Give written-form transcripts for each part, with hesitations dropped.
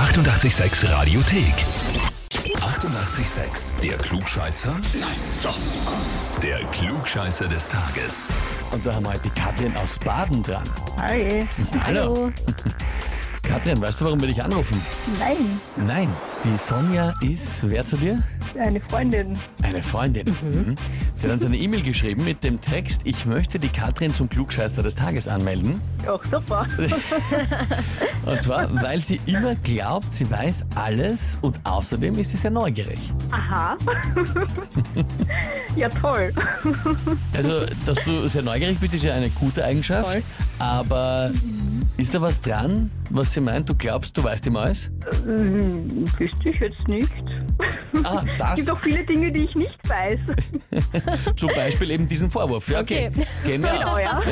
886 Radiothek. 88,6. Der Klugscheißer? Nein, doch. Der Klugscheißer des Tages. Und da haben wir heute die Katrin aus Baden dran. Hi. Hallo. Katrin, weißt du, warum wir dich anrufen? Nein, Nein, die Sonja ist, wer zu dir? eine Freundin. Eine Freundin. Mhm. Die hat uns eine E-Mail geschrieben mit dem Text: Ich möchte die Katrin zum Klugscheißer des Tages anmelden. Ach, super. Und zwar, weil sie immer glaubt, sie weiß alles und außerdem ist sie sehr neugierig. Aha. Ja, toll. Also, dass du sehr neugierig bist, ist ja eine gute Eigenschaft. Voll. Aber ist da was dran, was sie meint, du glaubst, du weißt immer alles? Wüsste ich jetzt nicht. Ah, Es das gibt auch viele Dinge, die ich nicht weiß. zum Beispiel eben diesen Vorwurf. Ja, okay. Gehen wir Genau, aus. ja.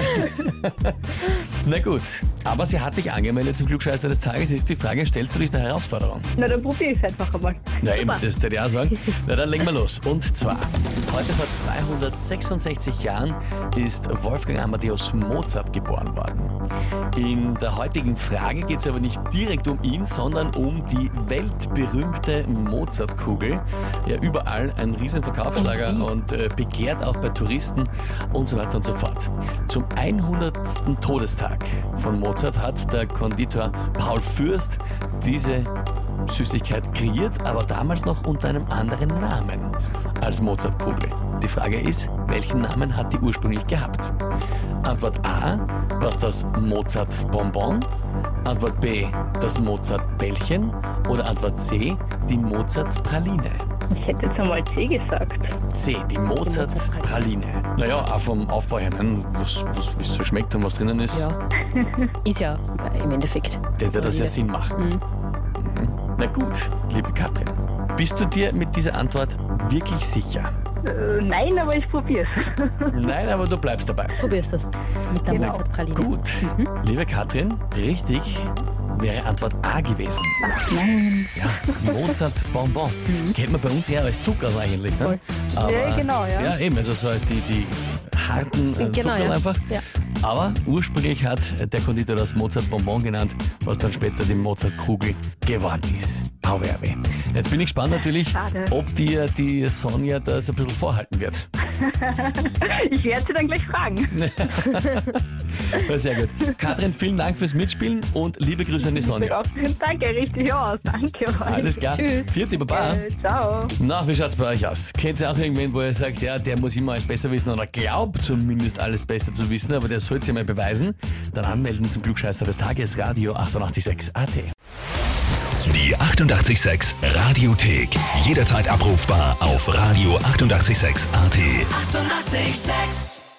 Na gut, aber sie hat dich angemeldet zum Klugscheißer des Tages. Ist die Frage, stellst du dich der Herausforderung? Na, dann probiere ich es einfach einmal. Na eben, das hätte ich auch sagen. Na dann legen wir los. Und zwar, heute vor 266 Jahren ist Wolfgang Amadeus Mozart geboren worden. In der heutigen Frage geht es aber nicht direkt um ihn, sondern um die weltberühmte Mozartkugel. Ja, überall ein riesen Verkaufsschlager und begehrt auch bei Touristen und so weiter und so fort. Zum 100. Todestag von Mozart hat der Konditor Paul Fürst diese Süßigkeit kreiert, aber damals noch unter einem anderen Namen als Mozartkugel. Die Frage ist, welchen Namen hat die ursprünglich gehabt? Antwort A, was das Mozart-Bonbon? Antwort B, das Mozart-Bällchen? Oder Antwort C, die Mozart-Praline? Ich hätte jetzt einmal C gesagt. C, die Mozart-Praline. Naja, auch vom Aufbau her, ne? Wie es so schmeckt und was drinnen ist, Ja. Ist ja im Endeffekt. hätte das ja Sinn machen. Mhm. Na gut, liebe Katrin, bist du dir mit dieser Antwort wirklich sicher? Nein, aber ich probiere es. Nein, aber du bleibst dabei. Probierst das mit der Genau. Mozartpraline. Gut, liebe Katrin, richtig wäre Antwort A gewesen. Nein. Ja, Mozart-Bonbon. Kennt man bei uns eher als Zucker eigentlich, ne? Voll. Aber, Ja, genau, ja. Ja, eben, also so als die harten Genau, Zucker ja. einfach. Ja. Aber ursprünglich hat der Konditor das Mozart-Bonbon genannt, was dann später die Mozart-Kugel geworden ist. Auwerwe. Jetzt bin ich gespannt natürlich, Schade. ob dir die Sonja das ein bisschen vorhalten wird. Ich werde sie dann gleich fragen. Ja, sehr gut. Katrin, vielen Dank fürs Mitspielen und liebe Grüße an die Sonja. Danke, richtig aus. Danke euch. Alles klar. Tschüss. Vierte Baba. Ciao. Na, wie schaut's bei euch aus? Kennt ihr auch irgendwen, wo ihr sagt, ja, der muss immer alles besser wissen oder glaubt zumindest alles besser zu wissen, aber der soll es ja mal beweisen? Dann anmelden zum Klugscheißer des Tages, Radio 886 AT. Die 88,6 Radiothek. Jederzeit abrufbar auf Radio 88,6 AT. 88,6.